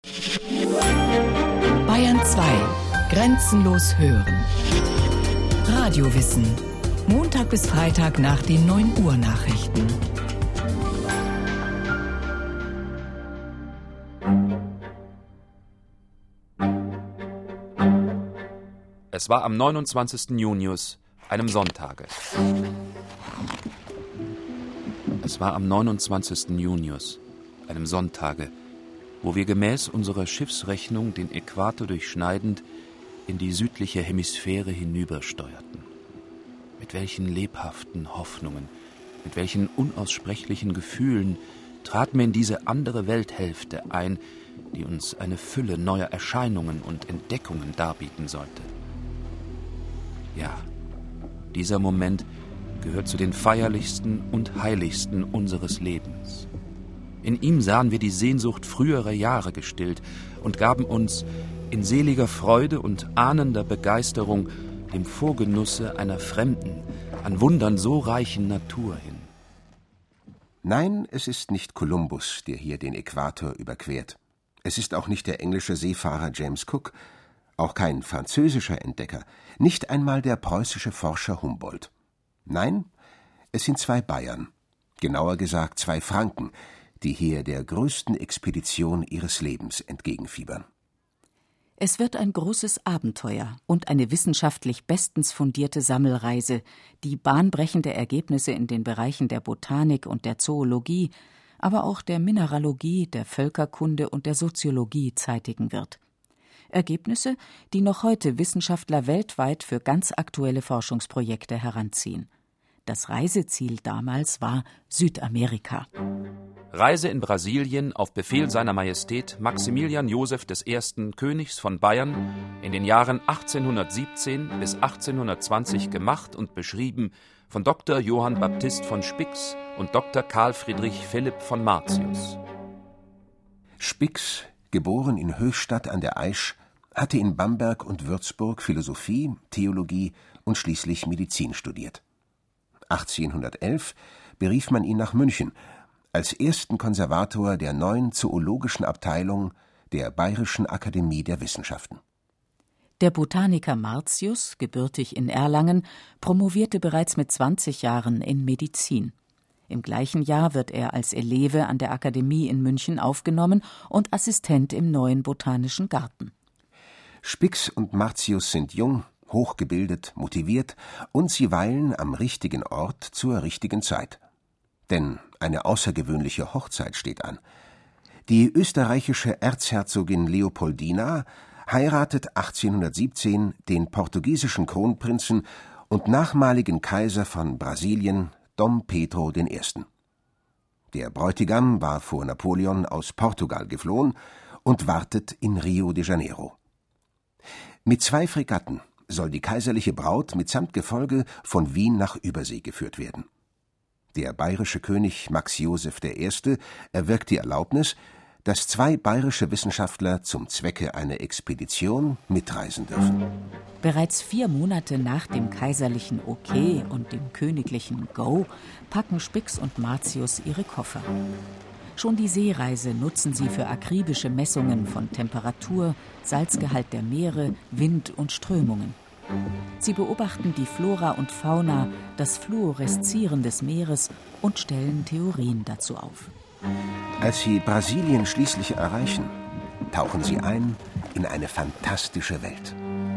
Bayern 2. Grenzenlos hören. Radiowissen. Montag bis Freitag nach den 9 Uhr Nachrichten. Es war am 29. Junius, einem Sonntage. Es war am 29. Junius, einem Sonntage, wo wir gemäß unserer Schiffsrechnung den Äquator durchschneidend in die südliche Hemisphäre hinübersteuerten. Mit welchen lebhaften Hoffnungen, mit welchen unaussprechlichen Gefühlen traten wir in diese andere Welthälfte ein, die uns eine Fülle neuer Erscheinungen und Entdeckungen darbieten sollte. Ja, dieser Moment gehört zu den feierlichsten und heiligsten unseres Lebens. In ihm sahen wir die Sehnsucht früherer Jahre gestillt und gaben uns in seliger Freude und ahnender Begeisterung dem Vorgenusse einer fremden, an Wundern so reichen Natur hin. Nein, es ist nicht Kolumbus, der hier den Äquator überquert. Es ist auch nicht der englische Seefahrer James Cook, auch kein französischer Entdecker, nicht einmal der preußische Forscher Humboldt. Nein, es sind 2 Bayern, genauer gesagt 2 Franken, die hier der größten Expedition ihres Lebens entgegenfiebern. Es wird ein großes Abenteuer und eine wissenschaftlich bestens fundierte Sammelreise, die bahnbrechende Ergebnisse in den Bereichen der Botanik und der Zoologie, aber auch der Mineralogie, der Völkerkunde und der Soziologie zeitigen wird. Ergebnisse, die noch heute Wissenschaftler weltweit für ganz aktuelle Forschungsprojekte heranziehen. Das Reiseziel damals war Südamerika. Reise in Brasilien auf Befehl seiner Majestät Maximilian Joseph I., Königs von Bayern, in den Jahren 1817 bis 1820 gemacht und beschrieben von Dr. Johann Baptist von Spix und Dr. Karl Friedrich Philipp von Martius. Spix, geboren in Höchstadt an der Aisch, hatte in Bamberg und Würzburg Philosophie, Theologie und schließlich Medizin studiert. 1811 berief man ihn nach München als ersten Konservator der neuen zoologischen Abteilung der Bayerischen Akademie der Wissenschaften. Der Botaniker Martius, gebürtig in Erlangen, promovierte bereits mit 20 Jahren in Medizin. Im gleichen Jahr wird er als Eleve an der Akademie in München aufgenommen und Assistent im neuen Botanischen Garten. Spix und Martius sind jung, hochgebildet, motiviert und sie weilen am richtigen Ort zur richtigen Zeit. Denn eine außergewöhnliche Hochzeit steht an. Die österreichische Erzherzogin Leopoldina heiratet 1817 den portugiesischen Kronprinzen und nachmaligen Kaiser von Brasilien, Dom Pedro I. Der Bräutigam war vor Napoleon aus Portugal geflohen und wartet in Rio de Janeiro. Mit 2 Fregatten soll die kaiserliche Braut mitsamt Gefolge von Wien nach Übersee geführt werden. Der bayerische König Max Joseph I. erwirkt die Erlaubnis, dass 2 bayerische Wissenschaftler zum Zwecke einer Expedition mitreisen dürfen. Bereits 4 Monate nach dem kaiserlichen Okay und dem königlichen Go packen Spix und Martius ihre Koffer. Schon die Seereise nutzen sie für akribische Messungen von Temperatur, Salzgehalt der Meere, Wind und Strömungen. Sie beobachten die Flora und Fauna, das Fluoreszieren des Meeres und stellen Theorien dazu auf. Als sie Brasilien schließlich erreichen, tauchen sie ein in eine fantastische Welt.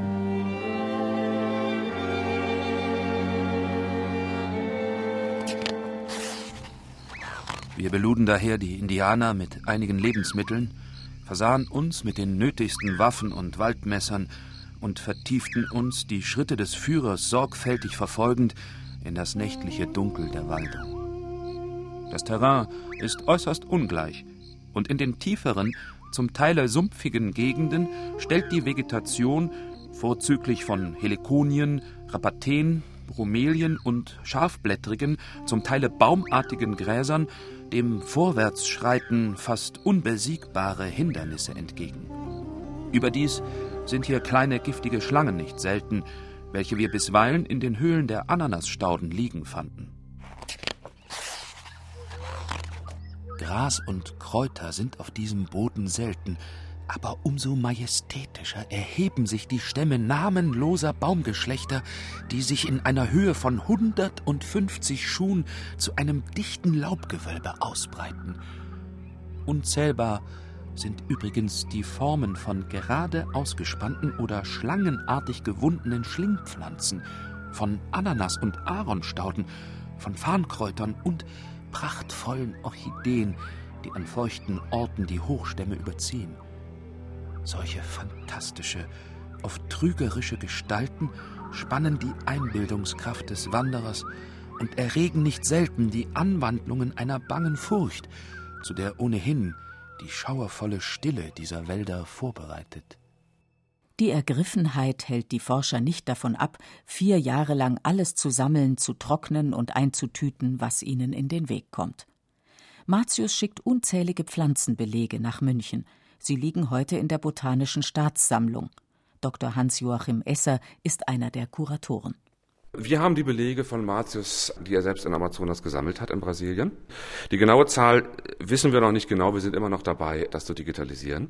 Wir beluden daher die Indianer mit einigen Lebensmitteln, versahen uns mit den nötigsten Waffen und Waldmessern und vertieften uns, die Schritte des Führers sorgfältig verfolgend, in das nächtliche Dunkel der Waldung. Das Terrain ist äußerst ungleich, und in den tieferen, zum Teile sumpfigen Gegenden stellt die Vegetation, vorzüglich von Helikonien, Rapateen, Bromelien und scharfblättrigen, zum Teile baumartigen Gräsern, dem Vorwärtsschreiten fast unbesiegbare Hindernisse entgegen. Überdies sind hier kleine giftige Schlangen nicht selten, welche wir bisweilen in den Höhlen der Ananasstauden liegen fanden. Gras und Kräuter sind auf diesem Boden selten, Aber umso majestätischer erheben sich die Stämme namenloser Baumgeschlechter, die sich in einer Höhe von 150 Schuhen zu einem dichten Laubgewölbe ausbreiten. Unzählbar sind übrigens die Formen von gerade ausgespannten oder schlangenartig gewundenen Schlingpflanzen, von Ananas- und Ahornstauden, von Farnkräutern und prachtvollen Orchideen, die an feuchten Orten die Hochstämme überziehen. Solche fantastische, oft trügerische Gestalten spannen die Einbildungskraft des Wanderers und erregen nicht selten die Anwandlungen einer bangen Furcht, zu der ohnehin die schauervolle Stille dieser Wälder vorbereitet. Die Ergriffenheit hält die Forscher nicht davon ab, 4 Jahre lang alles zu sammeln, zu trocknen und einzutüten, was ihnen in den Weg kommt. Martius schickt unzählige Pflanzenbelege nach München. Sie liegen heute in der Botanischen Staatssammlung. Dr. Hans-Joachim Esser ist einer der Kuratoren. Wir haben die Belege von Martius, die er selbst in Amazonas gesammelt hat in Brasilien. Die genaue Zahl wissen wir noch nicht genau, wir sind immer noch dabei, das zu digitalisieren.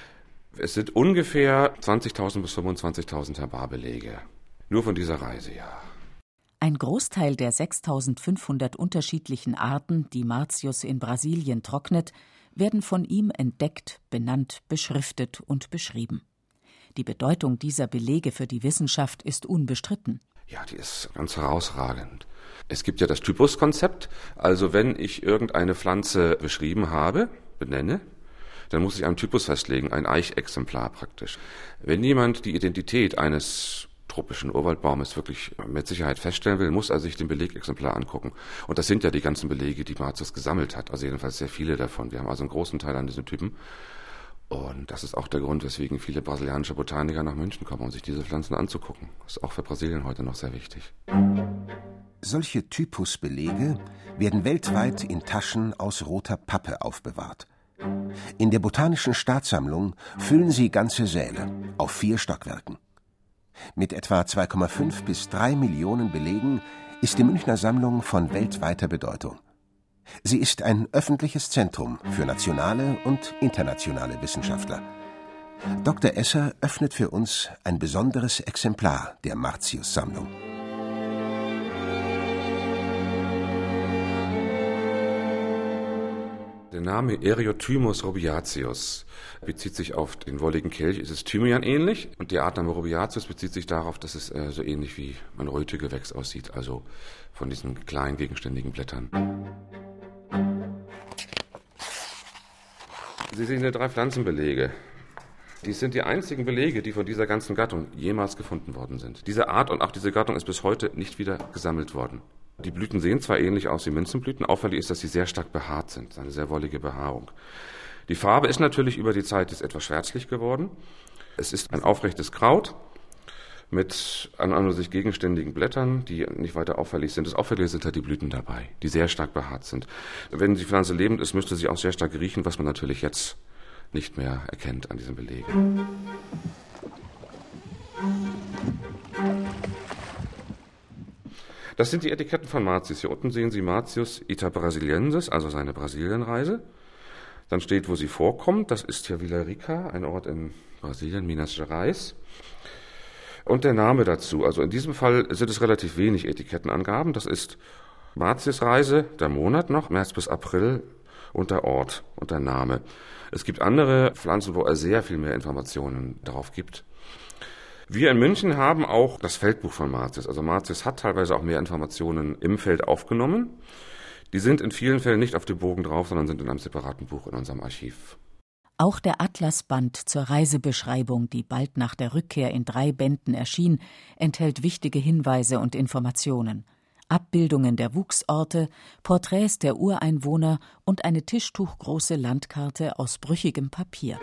Es sind ungefähr 20.000 bis 25.000 Herbarbelege. Nur von dieser Reise, ja. Ein Großteil der 6.500 unterschiedlichen Arten, die Martius in Brasilien trocknet, werden von ihm entdeckt, benannt, beschriftet und beschrieben. Die Bedeutung dieser Belege für die Wissenschaft ist unbestritten. Ja, die ist ganz herausragend. Es gibt ja das Typuskonzept, also wenn ich irgendeine Pflanze beschrieben habe, benenne, dann muss ich einen Typus festlegen, ein Eichexemplar praktisch. Wenn jemand die Identität eines tropischen Urwaldbaumes wirklich mit Sicherheit feststellen will, muss er sich den Belegexemplar angucken. Und das sind ja die ganzen Belege, die Martius gesammelt hat, also jedenfalls sehr viele davon. Wir haben also einen großen Teil an diesen Typen. Und das ist auch der Grund, weswegen viele brasilianische Botaniker nach München kommen, um sich diese Pflanzen anzugucken. Das ist auch für Brasilien heute noch sehr wichtig. Solche Typusbelege werden weltweit in Taschen aus roter Pappe aufbewahrt. In der Botanischen Staatssammlung füllen sie ganze Säle auf 4 Stockwerken. Mit etwa 2,5 bis 3 Millionen Belegen ist die Münchner Sammlung von weltweiter Bedeutung. Sie ist ein öffentliches Zentrum für nationale und internationale Wissenschaftler. Dr. Esser öffnet für uns ein besonderes Exemplar der Martius-Sammlung. Der Name Eriotymus rubiatius bezieht sich auf den wolligen Kelch. Es ist Thymian ähnlich und der Artname rubiatius bezieht sich darauf, dass es so ähnlich wie ein Rötegewächs aussieht, also von diesen kleinen gegenständigen Blättern. Sie sehen hier 3 Pflanzenbelege. Dies sind die einzigen Belege, die von dieser ganzen Gattung jemals gefunden worden sind. Diese Art und auch diese Gattung ist bis heute nicht wieder gesammelt worden. Die Blüten sehen zwar ähnlich aus wie Münzenblüten, auffällig ist, dass sie sehr stark behaart sind, eine sehr wollige Behaarung. Die Farbe ist natürlich über die Zeit jetzt etwas schwärzlich geworden. Es ist ein aufrechtes Kraut mit an und sich gegenständigen Blättern, die nicht weiter auffällig sind. Das Auffällige sind halt die Blüten dabei, die sehr stark behaart sind. Wenn die Pflanze lebend ist, müsste sie auch sehr stark riechen, was man natürlich jetzt nicht mehr erkennt an diesen Belegen. Das sind die Etiketten von Martius. Hier unten sehen Sie Martius Ita Brasiliensis, also seine Brasilienreise. Dann steht, wo sie vorkommt. Das ist hier Vila Rica, ein Ort in Brasilien, Minas Gerais. Und der Name dazu. Also in diesem Fall sind es relativ wenig Etikettenangaben. Das ist Martius-Reise, der Monat noch, März bis April, und der Ort und der Name. Es gibt andere Pflanzen, wo er sehr viel mehr Informationen darauf gibt. Wir in München haben auch das Feldbuch von Martius. Also Martius hat teilweise auch mehr Informationen im Feld aufgenommen. Die sind in vielen Fällen nicht auf dem Bogen drauf, sondern sind in einem separaten Buch in unserem Archiv. Auch der Atlasband zur Reisebeschreibung, die bald nach der Rückkehr in 3 Bänden erschien, enthält wichtige Hinweise und Informationen. Abbildungen der Wuchsorte, Porträts der Ureinwohner und eine tischtuchgroße Landkarte aus brüchigem Papier.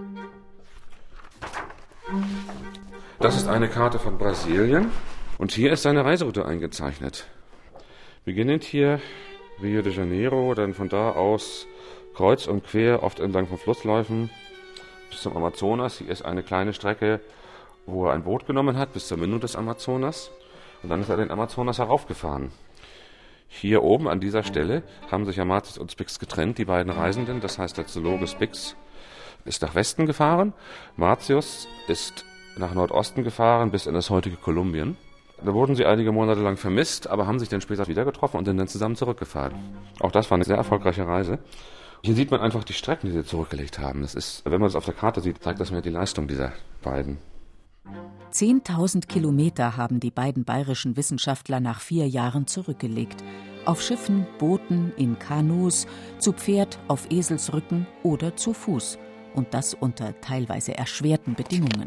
Das ist eine Karte von Brasilien und hier ist seine Reiseroute eingezeichnet. Beginnend hier Rio de Janeiro, dann von da aus kreuz und quer, oft entlang von Flussläufen bis zum Amazonas. Hier ist eine kleine Strecke, wo er ein Boot genommen hat, bis zur Mündung des Amazonas. Und dann ist er den Amazonas heraufgefahren. Hier oben an dieser Stelle haben sich ja Martius und Spix getrennt, die beiden Reisenden. Das heißt, der Zoologe Spix ist nach Westen gefahren. Martius ist nach Nordosten gefahren bis in das heutige Kolumbien. Da wurden sie einige Monate lang vermisst, aber haben sich dann später wieder getroffen und sind dann zusammen zurückgefahren. Auch das war eine sehr erfolgreiche Reise. Hier sieht man einfach die Strecken, die sie zurückgelegt haben. Das ist, wenn man das auf der Karte sieht, zeigt das mir die Leistung dieser beiden. 10.000 Kilometer haben die beiden bayerischen Wissenschaftler nach 4 Jahren zurückgelegt. Auf Schiffen, Booten, in Kanus, zu Pferd, auf Eselsrücken oder zu Fuß. Und das unter teilweise erschwerten Bedingungen.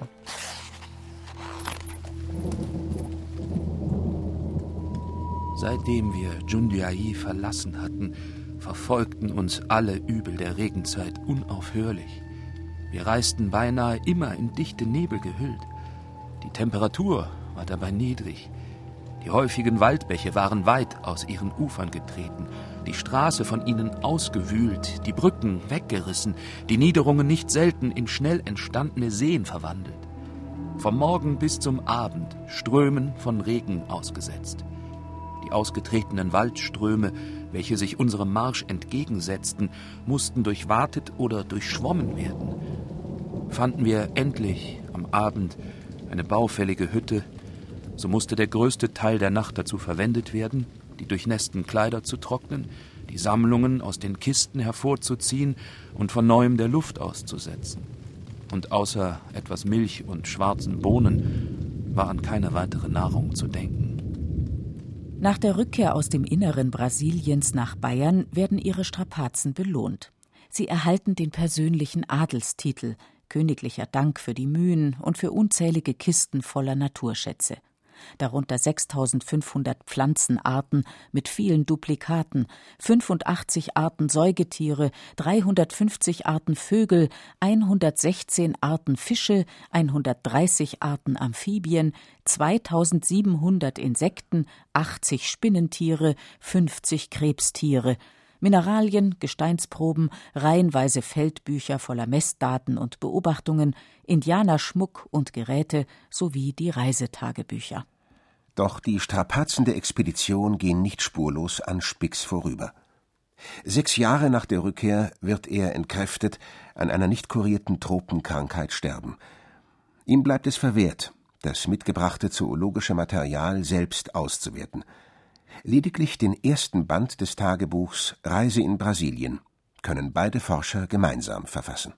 Seitdem wir Jundiaí verlassen hatten, verfolgten uns alle Übel der Regenzeit unaufhörlich. Wir reisten beinahe immer in dichte Nebel gehüllt. Die Temperatur war dabei niedrig. Die häufigen Waldbäche waren weit aus ihren Ufern getreten, die Straße von ihnen ausgewühlt, die Brücken weggerissen, die Niederungen nicht selten in schnell entstandene Seen verwandelt. Vom Morgen bis zum Abend Strömen von Regen ausgesetzt. Die ausgetretenen Waldströme, welche sich unserem Marsch entgegensetzten, mussten durchwatet oder durchschwommen werden. Fanden wir endlich am Abend eine baufällige Hütte, so musste der größte Teil der Nacht dazu verwendet werden, die durchnässten Kleider zu trocknen, die Sammlungen aus den Kisten hervorzuziehen und von neuem der Luft auszusetzen. Und außer etwas Milch und schwarzen Bohnen war an keine weitere Nahrung zu denken. Nach der Rückkehr aus dem Inneren Brasiliens nach Bayern werden ihre Strapazen belohnt. Sie erhalten den persönlichen Adelstitel, königlicher Dank für die Mühen und für unzählige Kisten voller Naturschätze. Darunter 6.500 Pflanzenarten mit vielen Duplikaten, 85 Arten Säugetiere, 350 Arten Vögel, 116 Arten Fische, 130 Arten Amphibien, 2.700 Insekten, 80 Spinnentiere, 50 Krebstiere, Mineralien, Gesteinsproben, reihenweise Feldbücher voller Messdaten und Beobachtungen, Indianerschmuck und Geräte sowie die Reisetagebücher. Doch die Strapazen der Expedition gehen nicht spurlos an Spix vorüber. 6 Jahre nach der Rückkehr wird er entkräftet an einer nicht kurierten Tropenkrankheit sterben. Ihm bleibt es verwehrt, das mitgebrachte zoologische Material selbst auszuwerten. Lediglich den ersten Band des Tagebuchs »Reise in Brasilien« können beide Forscher gemeinsam verfassen.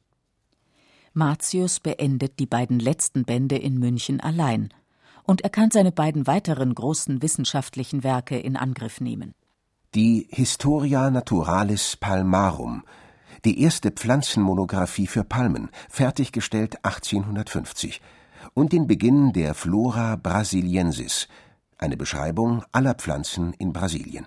Martius beendet die beiden letzten Bände in München allein. Und er kann seine beiden weiteren großen wissenschaftlichen Werke in Angriff nehmen. Die Historia Naturalis Palmarum, die erste Pflanzenmonographie für Palmen, fertiggestellt 1850, und den Beginn der Flora Brasiliensis, eine Beschreibung aller Pflanzen in Brasilien.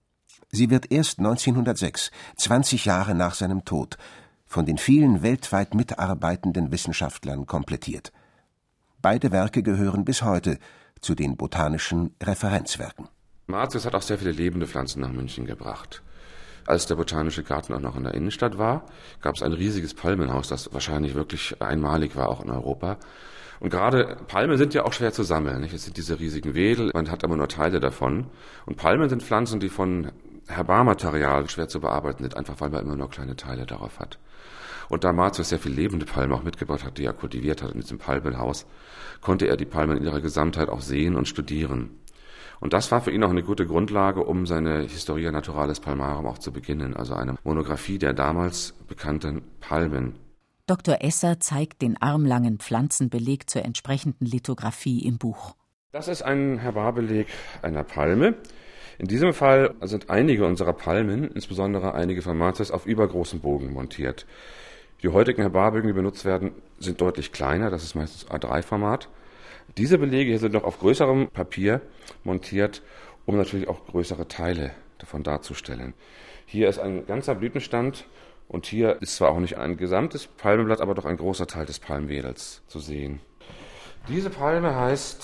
Sie wird erst 1906, 20 Jahre nach seinem Tod, von den vielen weltweit mitarbeitenden Wissenschaftlern komplettiert. Beide Werke gehören bis heute zu den botanischen Referenzwerken. Martius hat auch sehr viele lebende Pflanzen nach München gebracht. Als der Botanische Garten auch noch in der Innenstadt war, gab es ein riesiges Palmenhaus, das wahrscheinlich wirklich einmalig war, auch in Europa. Und gerade Palmen sind ja auch schwer zu sammeln. Nicht? Es sind diese riesigen Wedel, man hat immer nur Teile davon. Und Palmen sind Pflanzen, die von Herbarmaterial schwer zu bearbeiten sind, einfach weil man immer nur kleine Teile darauf hat. Und da Martius sehr viel lebende Palmen auch mitgebracht hat, die er kultiviert hat in diesem Palmenhaus, konnte er die Palmen in ihrer Gesamtheit auch sehen und studieren. Und das war für ihn auch eine gute Grundlage, um seine Historia Naturalis Palmarum auch zu beginnen, also eine Monographie der damals bekannten Palmen. Dr. Esser zeigt den armlangen Pflanzenbeleg zur entsprechenden Lithografie im Buch. Das ist ein Herbarbeleg einer Palme. In diesem Fall sind einige unserer Palmen, insbesondere einige von Martius, auf übergroßen Bogen montiert. Die heutigen Herbarbögen, die benutzt werden, sind deutlich kleiner, das ist meistens A3-Format. Diese Belege hier sind noch auf größerem Papier montiert, um natürlich auch größere Teile davon darzustellen. Hier ist ein ganzer Blütenstand und hier ist zwar auch nicht ein gesamtes Palmenblatt, aber doch ein großer Teil des Palmwedels zu sehen. Diese Palme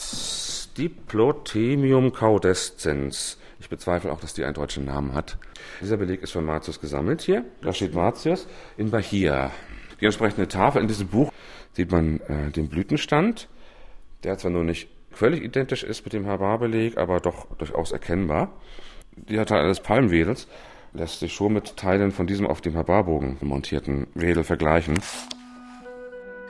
heißt Diplothemium caudescens. Ich bezweifle auch, dass die einen deutschen Namen hat. Dieser Beleg ist von Martius gesammelt hier. Da steht Martius in Bahia. Die entsprechende Tafel in diesem Buch sieht man den Blütenstand, der zwar nur nicht völlig identisch ist mit dem Herbarbeleg, aber doch durchaus erkennbar. Dieser Teil eines Palmwedels lässt sich schon mit Teilen von diesem auf dem Herbarbogen montierten Wedel vergleichen.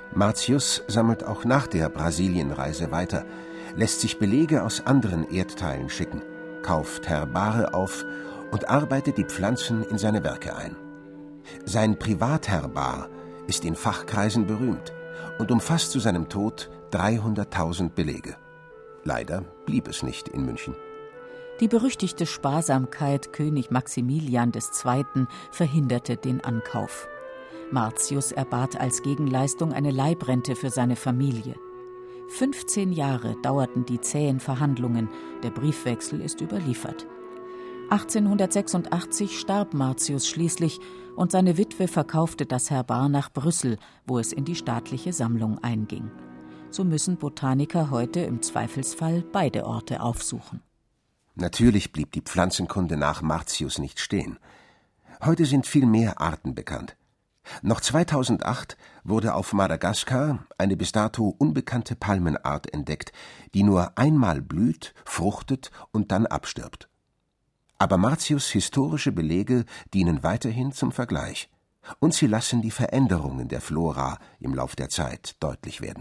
Martius sammelt auch nach der Brasilienreise weiter, lässt sich Belege aus anderen Erdteilen schicken, kauft Herbare auf und arbeitet die Pflanzen in seine Werke ein. Sein Privatherbar ist in Fachkreisen berühmt und umfasst zu seinem Tod 300.000 Belege. Leider blieb es nicht in München. Die berüchtigte Sparsamkeit König Maximilian II. Verhinderte den Ankauf. Martius erbat als Gegenleistung eine Leibrente für seine Familie. 15 Jahre dauerten die zähen Verhandlungen, der Briefwechsel ist überliefert. 1886 starb Martius schließlich und seine Witwe verkaufte das Herbar nach Brüssel, wo es in die staatliche Sammlung einging. So müssen Botaniker heute im Zweifelsfall beide Orte aufsuchen. Natürlich blieb die Pflanzenkunde nach Martius nicht stehen. Heute sind viel mehr Arten bekannt. Noch 2008 wurde auf Madagaskar eine bis dato unbekannte Palmenart entdeckt, die nur einmal blüht, fruchtet und dann abstirbt. Aber Martius' historische Belege dienen weiterhin zum Vergleich. Und sie lassen die Veränderungen der Flora im Lauf der Zeit deutlich werden.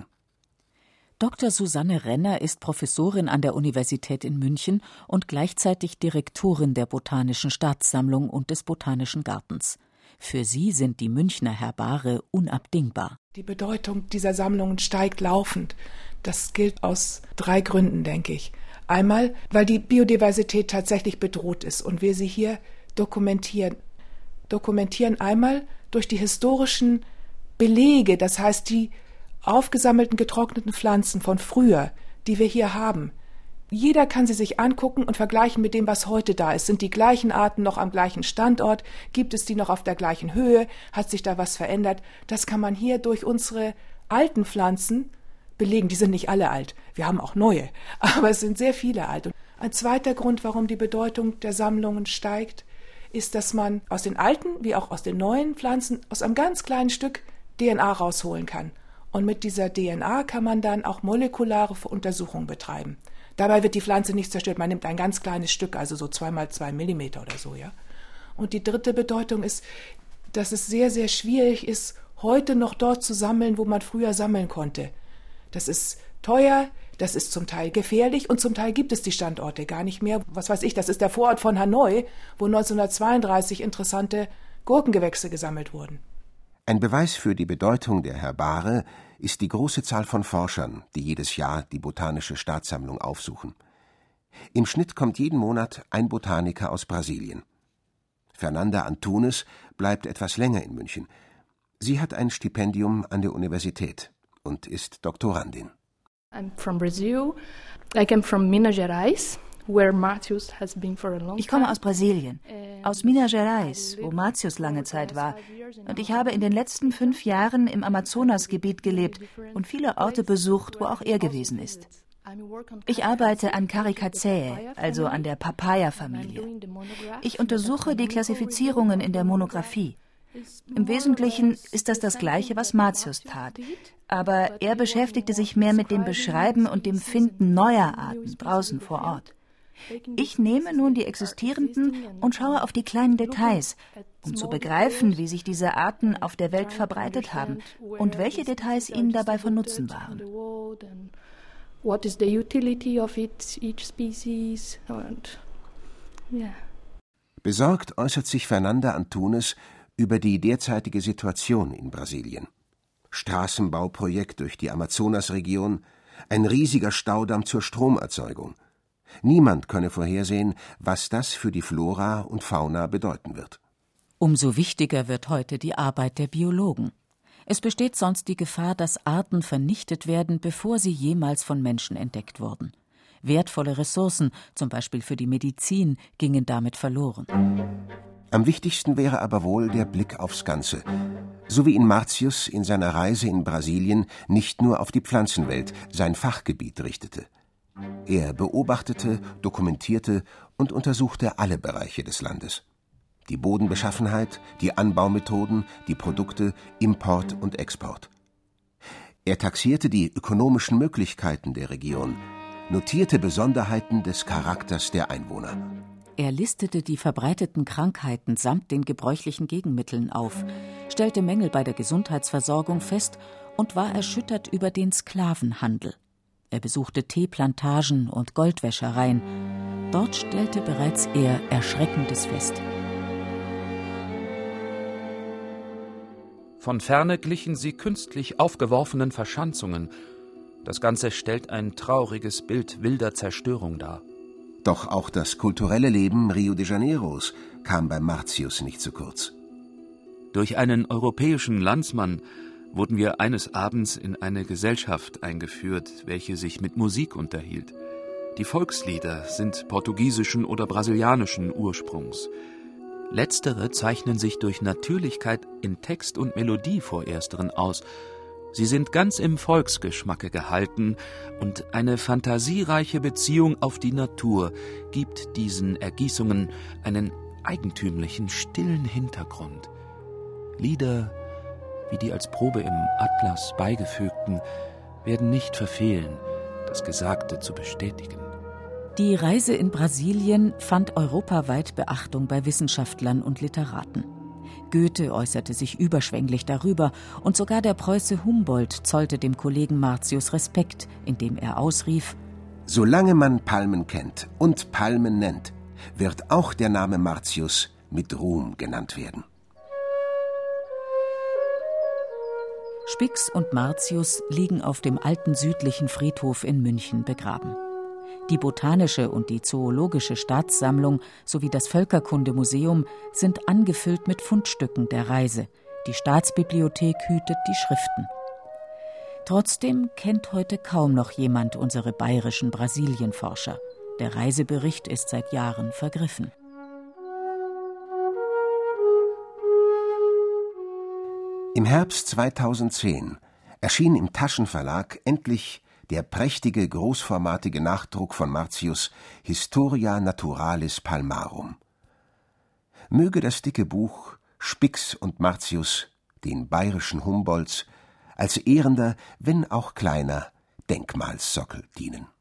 Dr. Susanne Renner ist Professorin an der Universität in München und gleichzeitig Direktorin der Botanischen Staatssammlung und des Botanischen Gartens. Für sie sind die Münchner Herbare unabdingbar. Die Bedeutung dieser Sammlungen steigt laufend. Das gilt aus 3 Gründen, denke ich. Einmal, weil die Biodiversität tatsächlich bedroht ist und wir sie hier dokumentieren. Dokumentieren einmal durch die historischen Belege, das heißt die aufgesammelten getrockneten Pflanzen von früher, die wir hier haben. Jeder kann sie sich angucken und vergleichen mit dem, was heute da ist. Sind die gleichen Arten noch am gleichen Standort? Gibt es die noch auf der gleichen Höhe? Hat sich da was verändert? Das kann man hier durch unsere alten Pflanzen belegen. Die sind nicht alle alt. Wir haben auch neue, aber es sind sehr viele alt. Und ein zweiter Grund, warum die Bedeutung der Sammlungen steigt, ist, dass man aus den alten wie auch aus den neuen Pflanzen aus einem ganz kleinen Stück DNA rausholen kann. Und mit dieser DNA kann man dann auch molekulare Untersuchungen betreiben. Dabei wird die Pflanze nicht zerstört. Man nimmt ein ganz kleines Stück, also so 2x2 Millimeter oder so, ja. Und die dritte Bedeutung ist, dass es sehr, sehr schwierig ist, heute noch dort zu sammeln, wo man früher sammeln konnte. Das ist teuer, das ist zum Teil gefährlich und zum Teil gibt es die Standorte gar nicht mehr. Was weiß ich, das ist der Vorort von Hanoi, wo 1932 interessante Gurkengewächse gesammelt wurden. Ein Beweis für die Bedeutung der Herbare ist die große Zahl von Forschern, die jedes Jahr die Botanische Staatssammlung aufsuchen. Im Schnitt kommt jeden Monat ein Botaniker aus Brasilien. Fernanda Antunes bleibt etwas länger in München. Sie hat ein Stipendium an der Universität und ist Doktorandin. I'm from Brazil. I came from Minas Gerais, where Martius has been for a long time. Ich komme aus Brasilien, aus Minas Gerais, wo Martius lange Zeit war. Und ich habe in den letzten 5 Jahren im Amazonasgebiet gelebt und viele Orte besucht, wo auch er gewesen ist. Ich arbeite an Caricaceae, also an der Papaya-Familie. Ich untersuche die Klassifizierungen in der Monographie. Im Wesentlichen ist das Gleiche, was Martius tat. Aber er beschäftigte sich mehr mit dem Beschreiben und dem Finden neuer Arten draußen vor Ort. Ich nehme nun die existierenden und schaue auf die kleinen Details, um zu begreifen, wie sich diese Arten auf der Welt verbreitet haben und welche Details ihnen dabei von Nutzen waren. What is the utility of each species? And, yeah. Besorgt äußert sich Fernanda Antunes über die derzeitige Situation in Brasilien. Straßenbauprojekt durch die Amazonasregion, ein riesiger Staudamm zur Stromerzeugung. Niemand könne vorhersehen, was das für die Flora und Fauna bedeuten wird. Umso wichtiger wird heute die Arbeit der Biologen. Es besteht sonst die Gefahr, dass Arten vernichtet werden, bevor sie jemals von Menschen entdeckt wurden. Wertvolle Ressourcen, zum Beispiel für die Medizin, gingen damit verloren. Am wichtigsten wäre aber wohl der Blick aufs Ganze, so wie ihn Martius in seiner Reise in Brasilien nicht nur auf die Pflanzenwelt, sein Fachgebiet, richtete. Er beobachtete, dokumentierte und untersuchte alle Bereiche des Landes. Die Bodenbeschaffenheit, die Anbaumethoden, die Produkte, Import und Export. Er taxierte die ökonomischen Möglichkeiten der Region, notierte Besonderheiten des Charakters der Einwohner. Er listete die verbreiteten Krankheiten samt den gebräuchlichen Gegenmitteln auf, stellte Mängel bei der Gesundheitsversorgung fest und war erschüttert über den Sklavenhandel. Er besuchte Teeplantagen und Goldwäschereien. Dort stellte bereits er Erschreckendes fest. Von Ferne glichen sie künstlich aufgeworfenen Verschanzungen. Das Ganze stellt ein trauriges Bild wilder Zerstörung dar. Doch auch das kulturelle Leben Rio de Janeiros kam bei Martius nicht zu kurz. Durch einen europäischen Landsmann wurden wir eines Abends in eine Gesellschaft eingeführt, welche sich mit Musik unterhielt. Die Volkslieder sind portugiesischen oder brasilianischen Ursprungs. Letztere zeichnen sich durch Natürlichkeit in Text und Melodie vor ersteren aus. Sie sind ganz im Volksgeschmacke gehalten und eine fantasiereiche Beziehung auf die Natur gibt diesen Ergießungen einen eigentümlichen, stillen Hintergrund. Lieder, wie die als Probe im Atlas beigefügten, werden nicht verfehlen, das Gesagte zu bestätigen. Die Reise in Brasilien fand europaweit Beachtung bei Wissenschaftlern und Literaten. Goethe äußerte sich überschwänglich darüber und sogar der Preuße Humboldt zollte dem Kollegen Martius Respekt, indem er ausrief: Solange man Palmen kennt und Palmen nennt, wird auch der Name Martius mit Ruhm genannt werden. Spix und Martius liegen auf dem alten südlichen Friedhof in München begraben. Die Botanische und die Zoologische Staatssammlung sowie das Völkerkundemuseum sind angefüllt mit Fundstücken der Reise. Die Staatsbibliothek hütet die Schriften. Trotzdem kennt heute kaum noch jemand unsere bayerischen Brasilienforscher. Der Reisebericht ist seit Jahren vergriffen. Im Herbst 2010 erschien im Taschenverlag endlich der prächtige, großformatige Nachdruck von Martius' Historia Naturalis Palmarum. Möge das dicke Buch Spix und Martius, den bayerischen Humboldts, als ehrender, wenn auch kleiner, Denkmalssockel dienen.